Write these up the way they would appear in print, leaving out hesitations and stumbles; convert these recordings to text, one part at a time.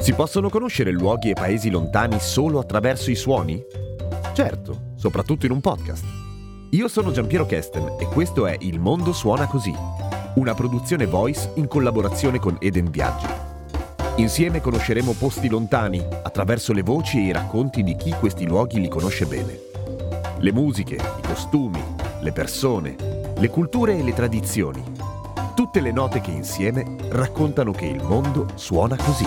Si possono conoscere luoghi e paesi lontani solo attraverso i suoni? Certo, soprattutto in un podcast. Io sono Giampiero Kesten e questo è Il Mondo Suona Così, una produzione Voice in collaborazione con Eden Viaggi. Insieme conosceremo posti lontani attraverso le voci e i racconti di chi questi luoghi li conosce bene. Le musiche, i costumi, le persone, le culture e le tradizioni. Tutte le note che insieme raccontano che il mondo suona così.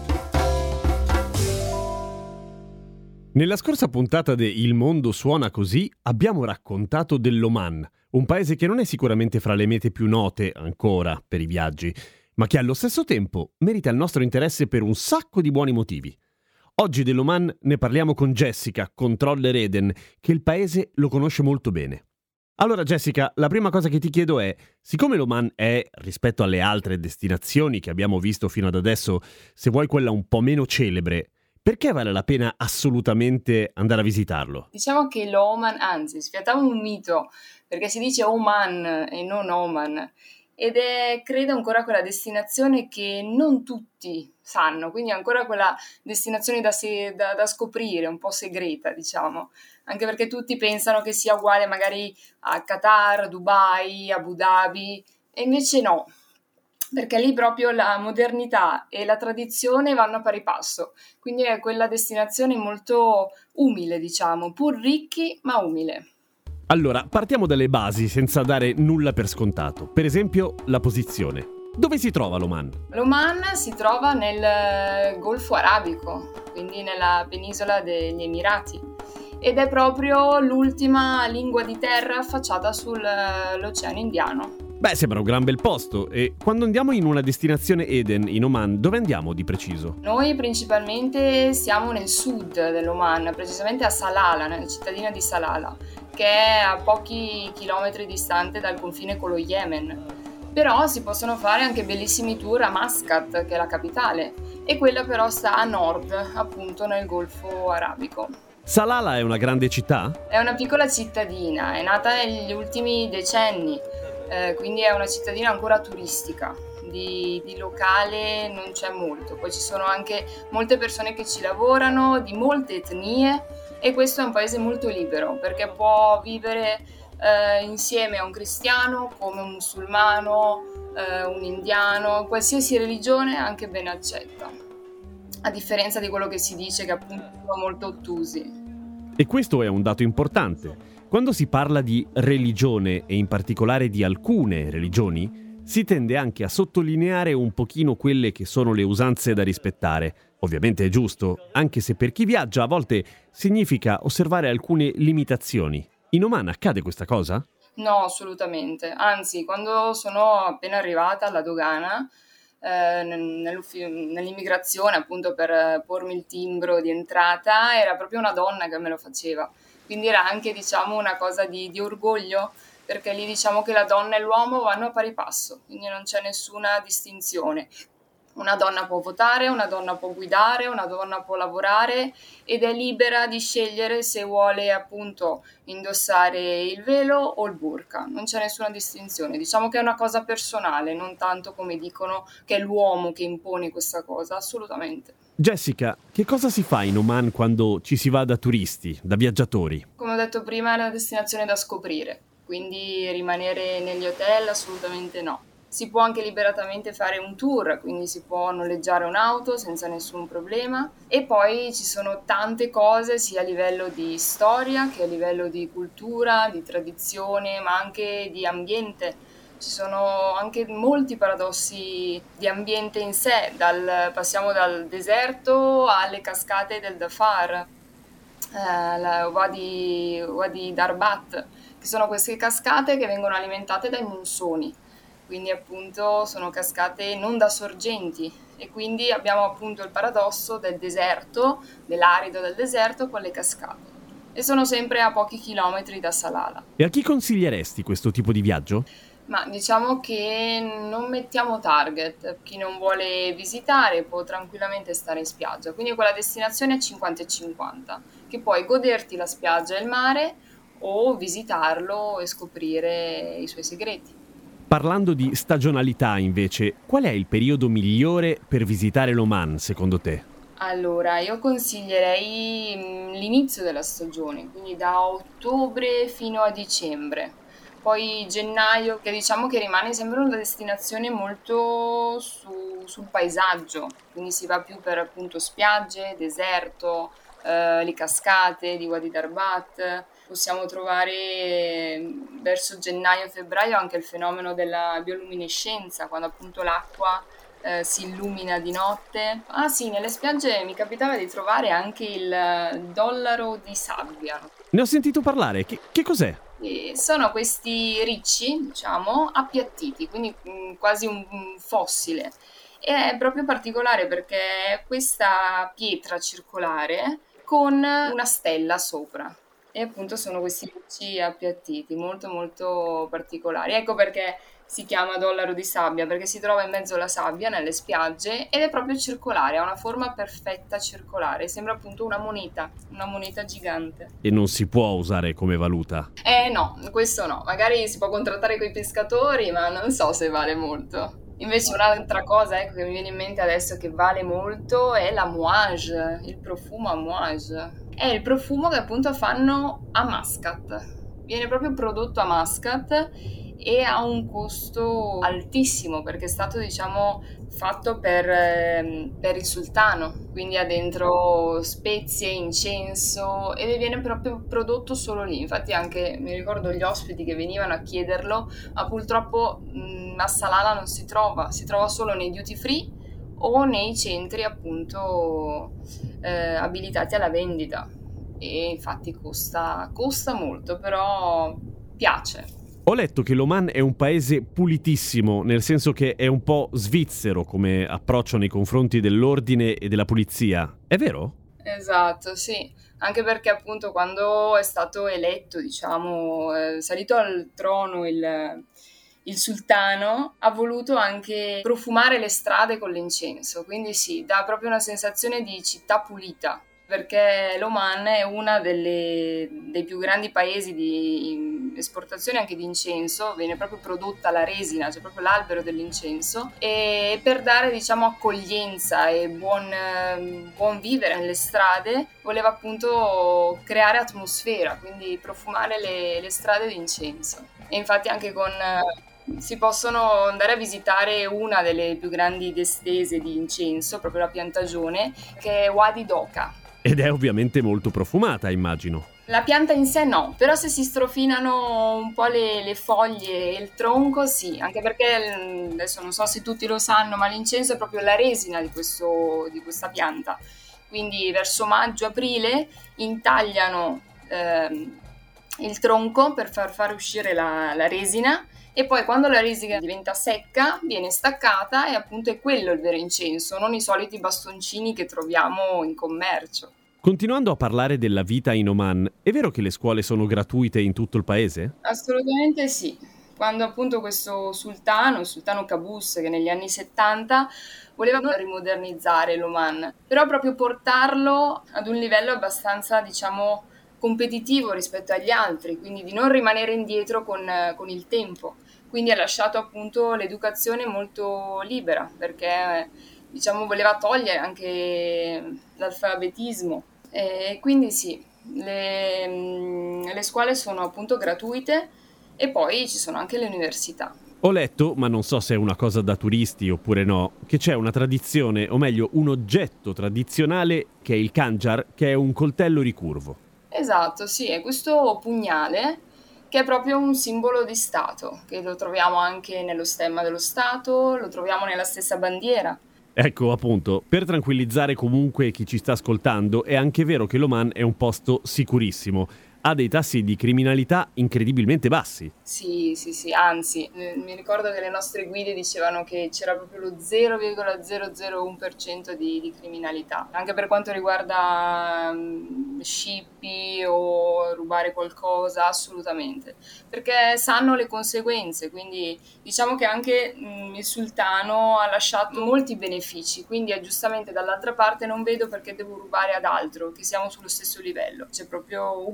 Nella scorsa puntata de Il Mondo Suona Così abbiamo raccontato dell'Oman, un paese che non è sicuramente fra le mete più note ancora per i viaggi, ma che allo stesso tempo merita il nostro interesse per un sacco di buoni motivi. Oggi dell'Oman ne parliamo con Jessica, controller Eden, che il paese lo conosce molto bene. Allora Jessica, la prima cosa che ti chiedo è, siccome l'Oman è, rispetto alle altre destinazioni che abbiamo visto fino ad adesso, se vuoi quella un po' meno celebre, perché vale la pena assolutamente andare a visitarlo? Diciamo che l'Oman, anzi, sfiatiamo un mito, perché si dice Oman e non Oman, ed è, credo, ancora quella destinazione che non tutti sanno, quindi è ancora quella destinazione da scoprire, un po' segreta, diciamo, anche perché tutti pensano che sia uguale magari a Qatar, Dubai, Abu Dhabi, e invece no. Perché lì proprio la modernità e la tradizione vanno a pari passo, quindi è quella destinazione molto umile, diciamo, pur ricchi ma umile. Allora, partiamo dalle basi senza dare nulla per scontato. Per esempio, la posizione. Dove si trova l'Oman? L'Oman si trova nel Golfo Arabico, quindi nella penisola degli Emirati, ed è proprio l'ultima lingua di terra affacciata sull'Oceano Indiano. Beh, sembra un gran bel posto. E quando andiamo in una destinazione Eden in Oman, dove andiamo di preciso? Noi principalmente siamo nel sud dell'Oman, precisamente a Salalah, nella cittadina di Salalah, che è a pochi chilometri distante dal confine con lo Yemen. Però si possono fare anche bellissimi tour a Muscat, che è la capitale, e quella però sta a nord, appunto nel Golfo Arabico. Salalah è una grande città? È una piccola cittadina, è nata negli ultimi decenni. Quindi è una cittadina ancora turistica, di locale non c'è molto, poi ci sono anche molte persone che ci lavorano, di molte etnie, e questo è un paese molto libero perché può vivere insieme a un cristiano come un musulmano, un indiano, qualsiasi religione anche ben accetta, a differenza di quello che si dice che appunto sono molto ottusi. E questo è un dato importante. Quando si parla di religione, e in particolare di alcune religioni, si tende anche a sottolineare un pochino quelle che sono le usanze da rispettare. Ovviamente è giusto, anche se per chi viaggia a volte significa osservare alcune limitazioni. In Oman accade questa cosa? No, assolutamente. Anzi, quando sono appena arrivata alla dogana, nell'immigrazione, appunto per pormi il timbro di entrata, era proprio una donna che me lo faceva. Quindi era anche, diciamo, una cosa di orgoglio, perché lì diciamo che la donna e l'uomo vanno a pari passo, quindi non c'è nessuna distinzione. Una donna può votare, una donna può guidare, una donna può lavorare ed è libera di scegliere se vuole appunto indossare il velo o il burqa, non c'è nessuna distinzione. Diciamo che è una cosa personale, non tanto come dicono che è l'uomo che impone questa cosa, assolutamente. Jessica, che cosa si fa in Oman quando ci si va da turisti, da viaggiatori? Come ho detto prima, è una destinazione da scoprire, quindi rimanere negli hotel assolutamente no. Si può anche liberatamente fare un tour, quindi si può noleggiare un'auto senza nessun problema, e poi ci sono tante cose sia a livello di storia che a livello di cultura, di tradizione, ma anche di ambiente. Ci sono anche molti paradossi di ambiente in sé, passiamo dal deserto alle cascate del Dhafar, la Wadi Darbat, che sono queste cascate che vengono alimentate dai monsoni, quindi appunto sono cascate non da sorgenti, e quindi abbiamo appunto il paradosso del deserto, dell'arido del deserto con le cascate, e sono sempre a pochi chilometri da Salalah. E a chi consiglieresti questo tipo di viaggio? Ma diciamo che non mettiamo target, chi non vuole visitare può tranquillamente stare in spiaggia, quindi quella destinazione è 50-50, che puoi goderti la spiaggia e il mare o visitarlo e scoprire i suoi segreti. Parlando di stagionalità, invece, qual è il periodo migliore per visitare l'Oman, secondo te? Allora, io consiglierei l'inizio della stagione, quindi da ottobre fino a dicembre. Poi gennaio, che diciamo che rimane sempre una destinazione molto sul paesaggio, quindi si va più per appunto spiagge, deserto, le cascate di Wadi Darbat. Possiamo trovare verso gennaio-febbraio anche il fenomeno della bioluminescenza, quando appunto l'acqua si illumina di notte. Ah sì, nelle spiagge mi capitava di trovare anche il dollaro di sabbia. Ne ho sentito parlare, che cos'è? E sono questi ricci, diciamo, appiattiti, quindi quasi un fossile. E è proprio particolare perché è questa pietra circolare con una stella sopra. E appunto sono questi ricci appiattiti, molto molto particolari. Ecco perché si chiama dollaro di sabbia, perché si trova in mezzo alla sabbia nelle spiagge ed è proprio circolare, ha una forma perfetta circolare, sembra appunto una moneta gigante. E non si può usare come valuta. No, questo no, magari si può contrattare con i pescatori, ma non so se vale molto. Invece un'altra cosa, ecco, che mi viene in mente adesso che vale molto è la Mouage, il profumo a Mouage. È il profumo che appunto fanno a Muscat. Viene proprio prodotto a Muscat e ha un costo altissimo perché è stato, diciamo, fatto per il sultano, quindi ha dentro spezie, incenso e viene proprio prodotto solo lì. Infatti anche mi ricordo gli ospiti che venivano a chiederlo, ma purtroppo a Salalah non si trova solo nei duty free o nei centri appunto abilitati alla vendita e infatti costa molto, però piace. Ho letto che l'Oman è un paese pulitissimo, nel senso che è un po' svizzero come approccio nei confronti dell'ordine e della polizia. È vero? Esatto, sì, anche perché appunto quando è stato eletto, diciamo, salito al trono il sultano, ha voluto anche profumare le strade con l'incenso, quindi sì, dà proprio una sensazione di città pulita, perché l'Oman è una dei più grandi paesi di esportazione anche di incenso, viene proprio prodotta la resina, cioè proprio l'albero dell'incenso, e per dare, diciamo, accoglienza e buon vivere nelle strade voleva appunto creare atmosfera, quindi profumare le strade di incenso. E infatti anche si possono andare a visitare una delle più grandi distese di incenso, proprio la piantagione, che è Wadi Doka. Ed è ovviamente molto profumata, immagino. La pianta in sé no, però se si strofinano un po' le foglie e il tronco sì, anche perché adesso non so se tutti lo sanno, ma l'incenso è proprio la resina di questa pianta. Quindi verso maggio-aprile intagliano il tronco per far uscire la resina e poi quando la resina diventa secca viene staccata e appunto è quello il vero incenso, non i soliti bastoncini che troviamo in commercio. Continuando a parlare della vita in Oman, è vero che le scuole sono gratuite in tutto il paese? Assolutamente sì. Quando appunto questo sultano, il sultano Qaboos, che negli anni 70 voleva rimodernizzare l'Oman, però proprio portarlo ad un livello abbastanza, diciamo, competitivo rispetto agli altri, quindi di non rimanere indietro con il tempo. Quindi ha lasciato appunto l'educazione molto libera, perché diciamo voleva togliere anche l'alfabetismo. E quindi sì, le scuole sono appunto gratuite e poi ci sono anche le università. Ho letto, ma non so se è una cosa da turisti oppure no, che c'è una tradizione, o meglio un oggetto tradizionale che è il khanjar, che è un coltello ricurvo. Esatto, sì, è questo pugnale che è proprio un simbolo di Stato, che lo troviamo anche nello stemma dello Stato, lo troviamo nella stessa bandiera. Ecco, appunto, per tranquillizzare comunque chi ci sta ascoltando, è anche vero che l'Oman è un posto sicurissimo. Ha dei tassi di criminalità incredibilmente bassi. Sì, anzi, mi ricordo che le nostre guide dicevano che c'era proprio lo 0,001% di criminalità, anche per quanto riguarda scippi o rubare qualcosa, assolutamente, perché sanno le conseguenze, quindi diciamo che anche il sultano ha lasciato molti benefici, quindi giustamente dall'altra parte non vedo perché devo rubare ad altro, che siamo sullo stesso livello, c'è proprio uguaglianza.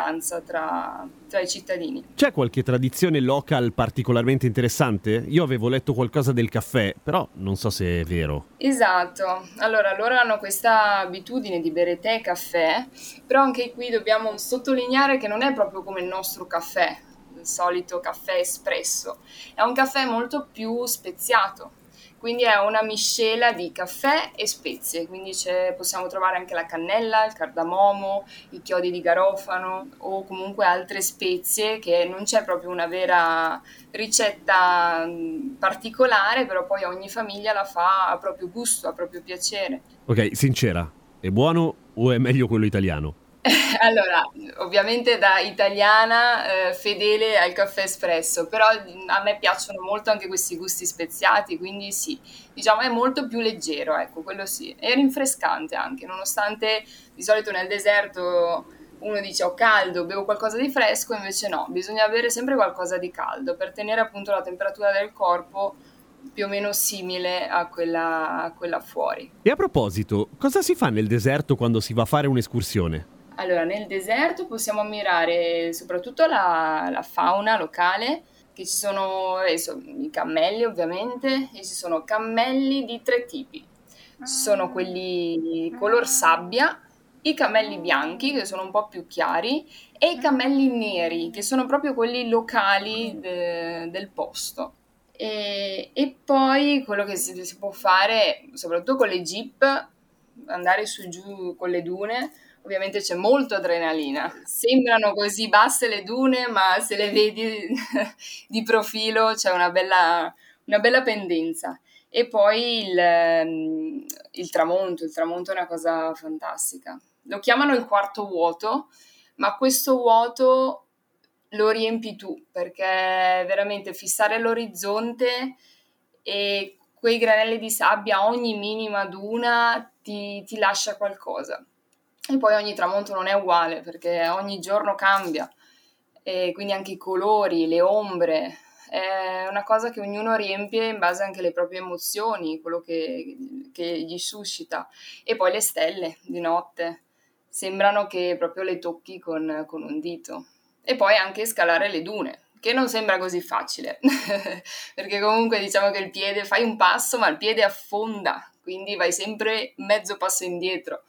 vicinanza tra i cittadini. C'è qualche tradizione local particolarmente interessante? Io avevo letto qualcosa del caffè, però non so se è vero. Esatto, allora loro hanno questa abitudine di bere tè e caffè, però anche qui dobbiamo sottolineare che non è proprio come il nostro caffè, il solito caffè espresso, è un caffè molto più speziato. Quindi è una miscela di caffè e spezie, quindi possiamo trovare anche la cannella, il cardamomo, i chiodi di garofano o comunque altre spezie, che non c'è proprio una vera ricetta particolare, però poi ogni famiglia la fa a proprio gusto, a proprio piacere. Ok, sincera, è buono o è meglio quello italiano? Allora, ovviamente da italiana fedele al caffè espresso, però a me piacciono molto anche questi gusti speziati, quindi sì, diciamo è molto più leggero, ecco, quello sì, e rinfrescante anche, nonostante di solito nel deserto uno dice ho caldo, bevo qualcosa di fresco, invece no, bisogna bere sempre qualcosa di caldo per tenere appunto la temperatura del corpo più o meno simile a quella fuori. E a proposito, cosa si fa nel deserto quando si va a fare un'escursione? Allora, nel deserto possiamo ammirare soprattutto la fauna locale, che ci sono i cammelli ovviamente, e ci sono cammelli di 3 tipi. Ci sono quelli color sabbia, i cammelli bianchi che sono un po' più chiari e i cammelli neri che sono proprio quelli locali del posto. E poi quello che si può fare, soprattutto con le jeep, andare su e giù con le dune. Ovviamente c'è molta adrenalina. Sembrano così basse le dune, ma se le vedi di profilo c'è una bella pendenza. E poi il tramonto è una cosa fantastica. Lo chiamano il quarto vuoto, ma questo vuoto lo riempi tu, perché veramente fissare l'orizzonte e quei granelli di sabbia a ogni minima duna ti lascia qualcosa. E poi ogni tramonto non è uguale, perché ogni giorno cambia, e quindi anche i colori, le ombre, è una cosa che ognuno riempie in base anche alle proprie emozioni, quello che gli suscita. E poi le stelle di notte, sembrano che proprio le tocchi con un dito. E poi anche scalare le dune, che non sembra così facile, perché comunque diciamo che il piede, fai un passo ma il piede affonda, quindi vai sempre mezzo passo indietro.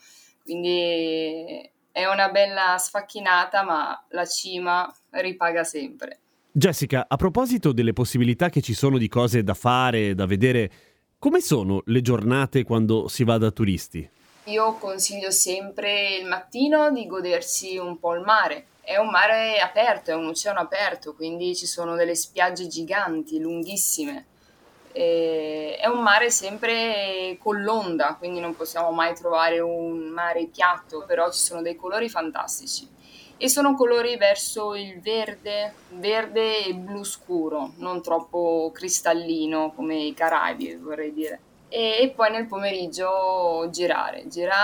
Quindi è una bella sfacchinata, ma la cima ripaga sempre. Jessica, a proposito delle possibilità che ci sono di cose da fare, da vedere, come sono le giornate quando si va da turisti? Io consiglio sempre il mattino di godersi un po' il mare. È un mare aperto, è un oceano aperto, quindi ci sono delle spiagge giganti, lunghissime. È un mare sempre con l'onda, quindi non possiamo mai trovare un mare piatto, però ci sono dei colori fantastici. E sono colori verso il verde e blu scuro, non troppo cristallino come i Caraibi, vorrei dire. E poi nel pomeriggio girare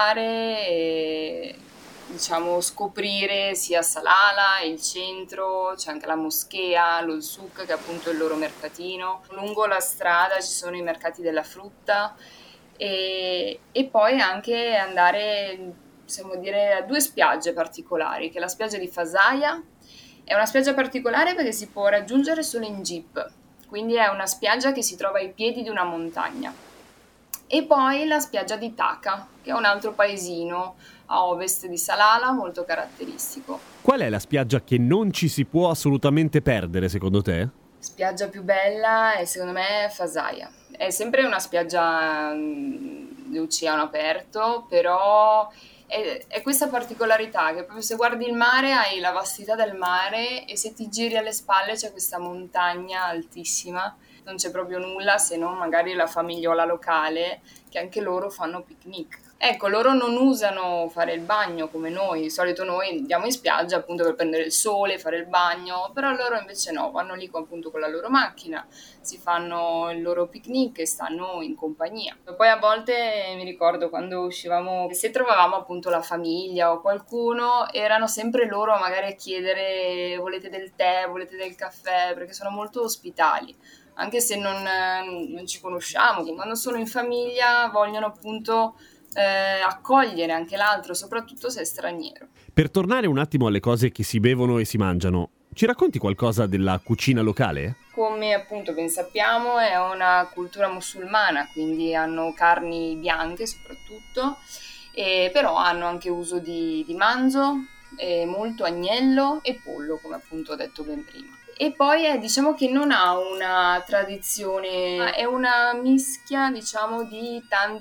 e diciamo scoprire sia Salalah, il centro, c'è anche la moschea, lo souk che è appunto il loro mercatino. Lungo la strada ci sono i mercati della frutta e poi anche andare, possiamo dire, a 2 spiagge particolari, che è la spiaggia di Fasaia. È una spiaggia particolare perché si può raggiungere solo in jeep, quindi è una spiaggia che si trova ai piedi di una montagna. E poi la spiaggia di Taka, che è un altro paesino a ovest di Salalah, molto caratteristico. Qual è la spiaggia che non ci si può assolutamente perdere, secondo te? Spiaggia più bella è secondo me Fasaia. È sempre una spiaggia di oceano aperto, però è questa particolarità che proprio se guardi il mare hai la vastità del mare e se ti giri alle spalle c'è questa montagna altissima. Non c'è proprio nulla se non magari la famigliola locale che anche loro fanno picnic. Ecco, loro non usano fare il bagno come noi, di solito noi andiamo in spiaggia appunto per prendere il sole, fare il bagno, però loro invece no, vanno lì appunto con la loro macchina, si fanno il loro picnic e stanno in compagnia. E poi a volte mi ricordo quando uscivamo, se trovavamo appunto la famiglia o qualcuno, erano sempre loro magari a chiedere volete del tè, volete del caffè, perché sono molto ospitali. Anche se non ci conosciamo, quando sono in famiglia vogliono appunto accogliere anche l'altro, soprattutto se è straniero. Per tornare un attimo alle cose che si bevono e si mangiano, ci racconti qualcosa della cucina locale? Come appunto ben sappiamo è una cultura musulmana, quindi hanno carni bianche soprattutto, però hanno anche uso di manzo, molto agnello e pollo, come appunto ho detto ben prima. E poi diciamo che non ha una tradizione, è una mischia diciamo di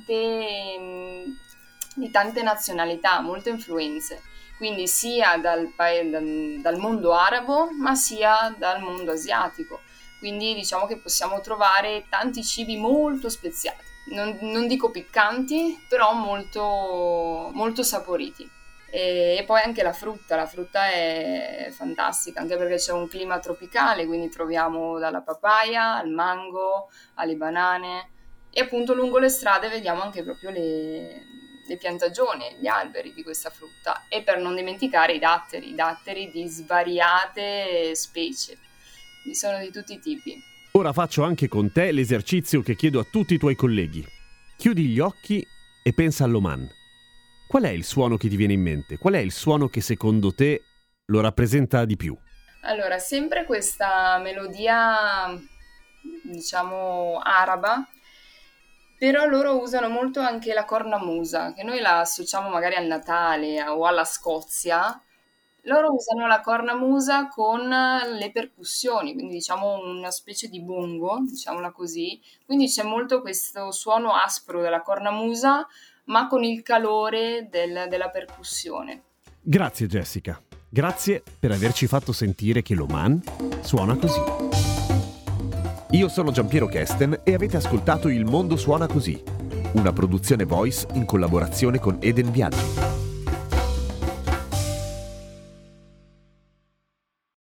tante nazionalità, molte influenze, quindi sia dal mondo arabo ma sia dal mondo asiatico, quindi diciamo che possiamo trovare tanti cibi molto speziati, non dico piccanti, però molto, molto saporiti. E poi anche la frutta è fantastica, anche perché c'è un clima tropicale, quindi troviamo dalla papaya al mango, alle banane, e appunto lungo le strade vediamo anche proprio le piantagioni, gli alberi di questa frutta, e per non dimenticare i datteri di svariate specie, sono di tutti i tipi. Ora faccio anche con te l'esercizio che chiedo a tutti i tuoi colleghi. Chiudi gli occhi e pensa all'Oman. Qual è il suono che ti viene in mente? Qual è il suono che secondo te lo rappresenta di più? Allora, sempre questa melodia, diciamo, araba, però loro usano molto anche la cornamusa, che noi la associamo magari al Natale o alla Scozia. Loro usano la cornamusa con le percussioni, quindi diciamo una specie di bongo, diciamola così. Quindi c'è molto questo suono aspro della cornamusa, ma con il calore della percussione. Grazie Jessica, grazie per averci fatto sentire che l'Oman suona così. Io sono Giampiero Kesten e avete ascoltato Il Mondo Suona Così, una produzione Voice in collaborazione con Eden Viaggi.